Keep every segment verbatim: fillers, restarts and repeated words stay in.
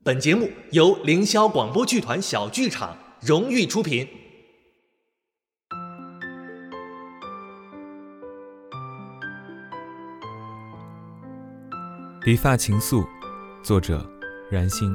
本节目由凌霄广播剧团小剧场荣誉出品。 理发情愫，作者燃心。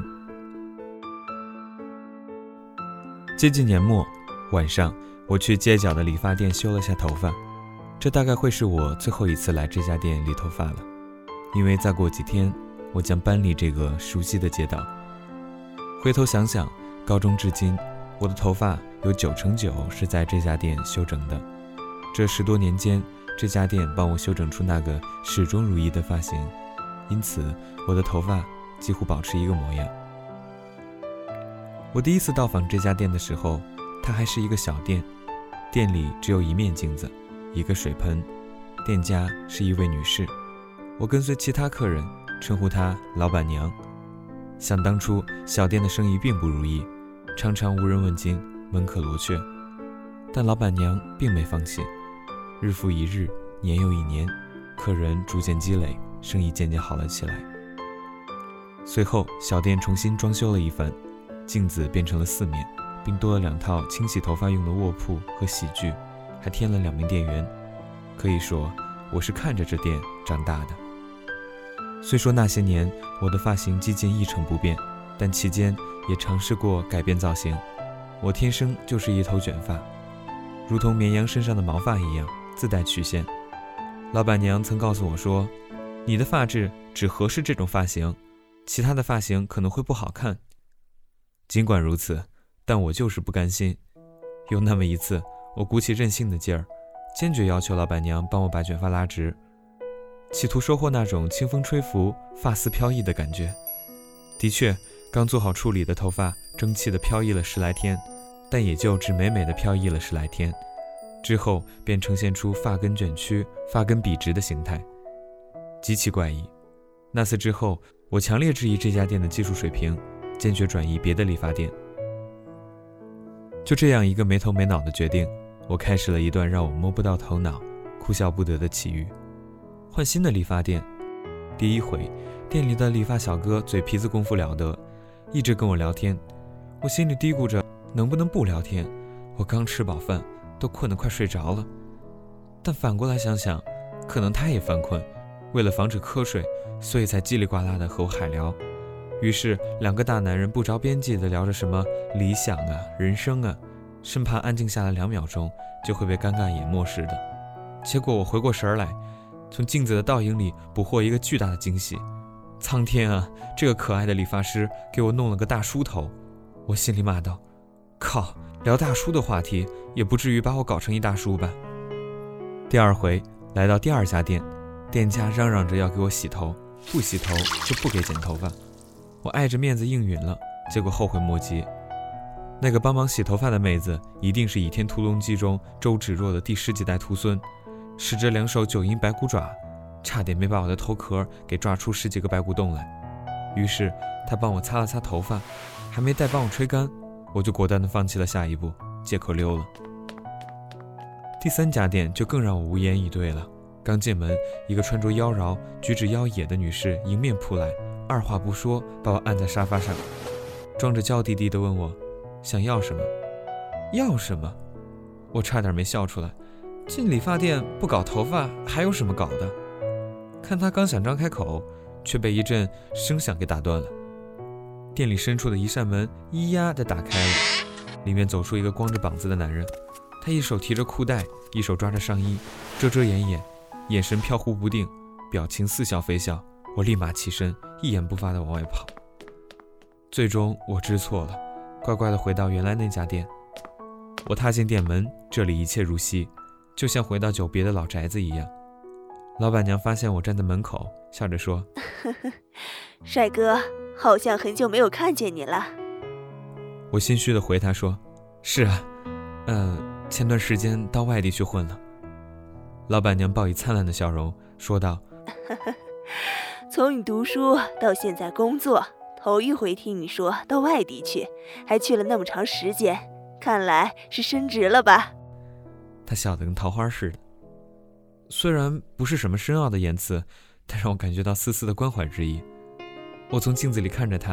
接近年末晚上，我去街角的理发店修了下头发，这大概会是我最后一次来这家店理头发了，因为再过几天我将搬离这个熟悉的街道。回头想想，高中至今我的头发有九成九是在这家店修整的。这十多年间，这家店帮我修整出那个始终如一的发型，因此我的头发几乎保持一个模样。我第一次到访这家店的时候，它还是一个小店，店里只有一面镜子，一个水盆，店家是一位女士，我跟随其他客人称呼她老板娘。想当初小店的生意并不如意，常常无人问津，门可罗雀，但老板娘并没放弃，日复一日，年又一年，客人逐渐积累，生意渐渐好了起来。随后小店重新装修了一番，镜子变成了四面，并多了两套清洗头发用的卧铺和洗具，还添了两名店员。可以说我是看着这店长大的。虽说那些年我的发型几近一成不变，但期间也尝试过改变造型。我天生就是一头卷发，如同绵羊身上的毛发一样自带曲线。老板娘曾告诉我说，你的发质只合适这种发型，其他的发型可能会不好看。尽管如此，但我就是不甘心。有那么一次，我鼓起任性的劲儿，坚决要求老板娘帮我把卷发拉直，企图收获那种清风吹拂发丝飘逸的感觉。的确，刚做好处理的头发争气地飘逸了十来天，但也就只美美地飘逸了十来天，之后便呈现出发根卷曲、发根笔直的形态，极其怪异。那次之后，我强烈质疑这家店的技术水平，坚决转移别的理发店。就这样一个没头没脑的决定，我开始了一段让我摸不到头脑、哭笑不得的奇遇。换新的理发店，第一回，店里的理发小哥嘴皮子功夫了得，一直跟我聊天。我心里嘀咕着能不能不聊天，我刚吃饱饭，都困得快睡着了。但反过来想想，可能他也犯困，为了防止瞌睡，所以才叽里呱啦的和我海聊。于是两个大男人不着边际地聊着什么理想啊、人生啊，生怕安静下来两秒钟就会被尴尬淹没似的。结果我回过神来，从镜子的倒影里捕获一个巨大的惊喜。苍天啊，这个可爱的理发师给我弄了个大叔头。我心里骂道，靠，聊大叔的话题也不至于把我搞成一大叔吧。第二回来到第二家店，店家嚷嚷着要给我洗头，不洗头就不给剪头发。我碍着面子应允了，结果后悔莫及。那个帮忙洗头发的妹子一定是《倚天屠龙记》中周芷若的第十几代徒孙，使着两手九阴白骨爪，差点没把我的头壳给抓出十几个白骨洞来。于是他帮我擦了擦头发，还没带帮我吹干，我就果断地放弃了下一步，借口溜了。第三家店就更让我无言以对了。刚进门，一个穿着妖娆、举止妖冶的女士迎面扑来，二话不说把我按在沙发上，装着娇滴滴地问我想要什么。要什么？我差点没笑出来。进理发店不搞头发还有什么搞的？看他刚想张开口，却被一阵声响给打断了。店里深处的一扇门咿呀地打开了，里面走出一个光着膀子的男人，他一手提着裤带，一手抓着上衣，遮遮掩掩，眼神飘忽不定，表情似笑非笑。我立马起身，一言不发地往外跑。最终我知错了，乖乖地回到原来那家店。我踏进店门，这里一切如昔，就像回到久别的老宅子一样。老板娘发现我站在门口，笑着说， 帅哥，好像很久没有看见你了。 我心虚地回她说，是啊，呃，前段时间到外地去混了。老板娘报以灿烂的笑容说道， 从你读书到现在工作，头一回听你说到外地去，还去了那么长时间，看来是升职了吧？ 她笑得跟桃花似的。虽然不是什么深奥的言辞，但让我感觉到丝丝的关怀之意。我从镜子里看着她，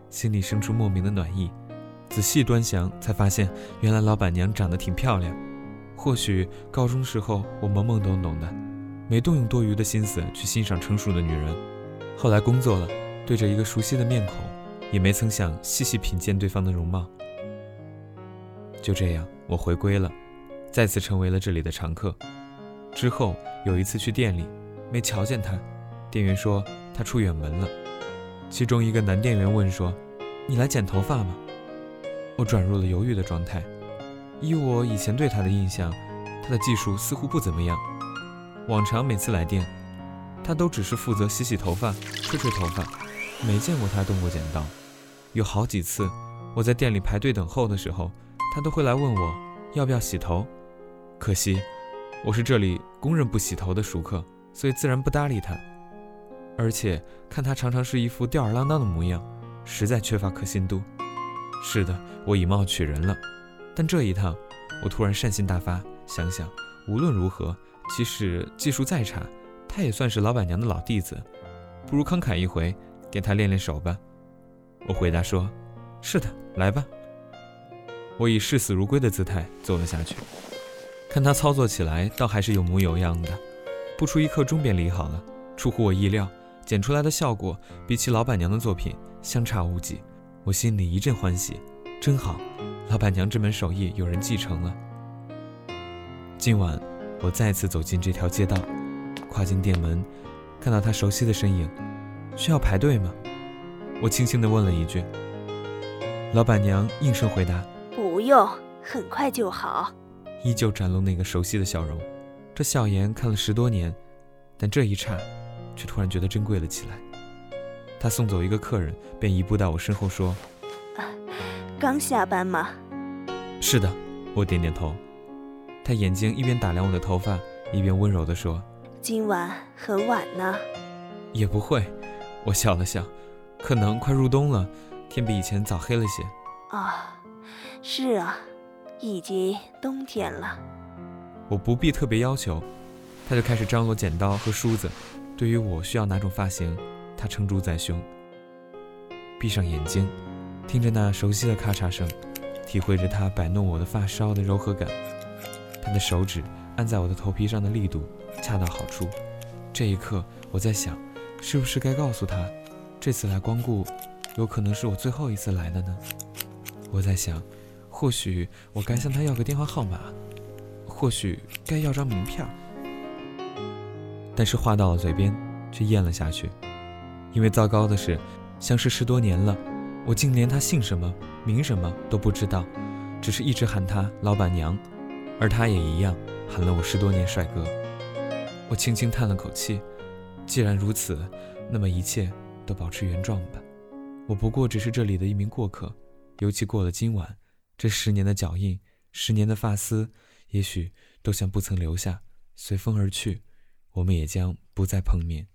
心里生出莫名的暖意。仔细端详，才发现原来老板娘长得挺漂亮。或许高中时候我懵懵懂懂的，没动用多余的心思去欣赏成熟的女人。后来工作了，对着一个熟悉的面孔，也没曾想细细品鉴对方的容貌。就这样，我回归了，再次成为了这里的常客。之后有一次去店里，没瞧见他，店员说他出远门了。其中一个男店员问说：“你来剪头发吗？”我转入了犹豫的状态。依我以前对他的印象，他的技术似乎不怎么样。往常每次来店，他都只是负责洗洗头发、吹吹头发，没见过他动过剪刀。有好几次我在店里排队等候的时候，他都会来问我要不要洗头。可惜我是这里公认不洗头的熟客，所以自然不搭理他。而且看他常常是一副吊儿郎当的模样，实在缺乏可信度。是的，我以貌取人了。但这一趟我突然善心大发，想想无论如何，即使技术再差，他也算是老板娘的老弟子，不如慷慨一回，给他练练手吧。我回答说：“是的，来吧。”我以视死如归的姿态坐了下去，看他操作起来倒还是有模有样的，不出一刻钟便理好了。出乎我意料，剪出来的效果比起老板娘的作品相差无几。我心里一阵欢喜，真好，老板娘这门手艺有人继承了。今晚我再次走进这条街道，跨进店门，看到他熟悉的身影。需要排队吗？我轻轻地问了一句。老板娘应声回答： 不用，很快就好。 依旧展露那个熟悉的笑容。这笑颜看了十多年，但这一刹却突然觉得珍贵了起来。他送走一个客人，便移步到我身后说： 啊，刚下班吗？ 是的，我点点头。他眼睛一边打量我的头发，一边温柔地说： 今晚很晚呢。 也不会，我笑了笑，可能快入冬了，天比以前早黑了些。 啊，是啊，已经冬天了。 我不必特别要求，他就开始张罗剪刀和梳子。对于我需要哪种发型，他承租在胸。闭上眼睛，听着那熟悉的咔嚓声，体会着他摆弄我的发梢的柔和感。他的手指按在我的头皮上的力度恰到好处。这一刻我在想，是不是该告诉他，这次来光顾有可能是我最后一次来了呢？我在想，或许我该向他要个电话号码，或许该要张名片。但是话到了嘴边却咽了下去。因为糟糕的是，相识十多年了，我竟连他姓什么名什么都不知道，只是一直喊他老板娘，而他也一样喊了我十多年帅哥。我轻轻叹了口气，既然如此，那么一切都保持原状吧。我不过只是这里的一名过客，尤其过了今晚，这十年的脚印，十年的发丝，也许都像不曾留下，随风而去，我们也将不再碰面。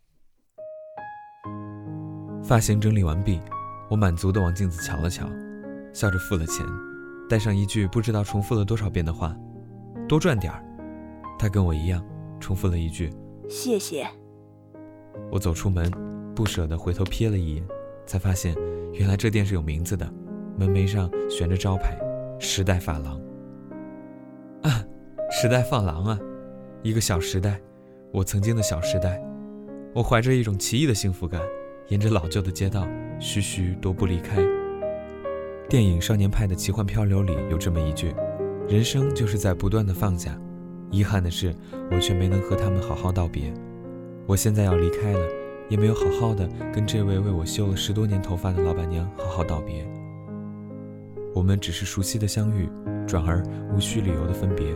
发型整理完毕，我满足地往镜子瞧了瞧，笑着付了钱，带上一句不知道重复了多少遍的话：多赚点儿。他跟我一样重复了一句： 谢谢。 我走出门，不舍得回头瞥了一眼，才发现原来这店是有名字的，门楣上悬着招牌：时代发廊。啊，时代发廊啊，一个小时代，我曾经的小时代。我怀着一种奇异的幸福感，沿着老旧的街道徐徐踱步离开。电影《少年派的奇幻漂流》里有这么一句：人生就是在不断的放下，遗憾的是我却没能和他们好好道别。我现在要离开了，也没有好好的跟这位为我修了十多年头发的老板娘好好道别。我们只是熟悉的相遇，转而无需理由的分别。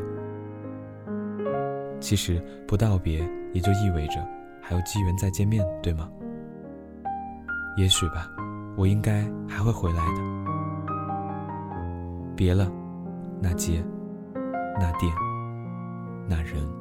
其实不道别也就意味着还有机缘再见面，对吗？也许吧，我应该还会回来的。别了，那街，那店，那人。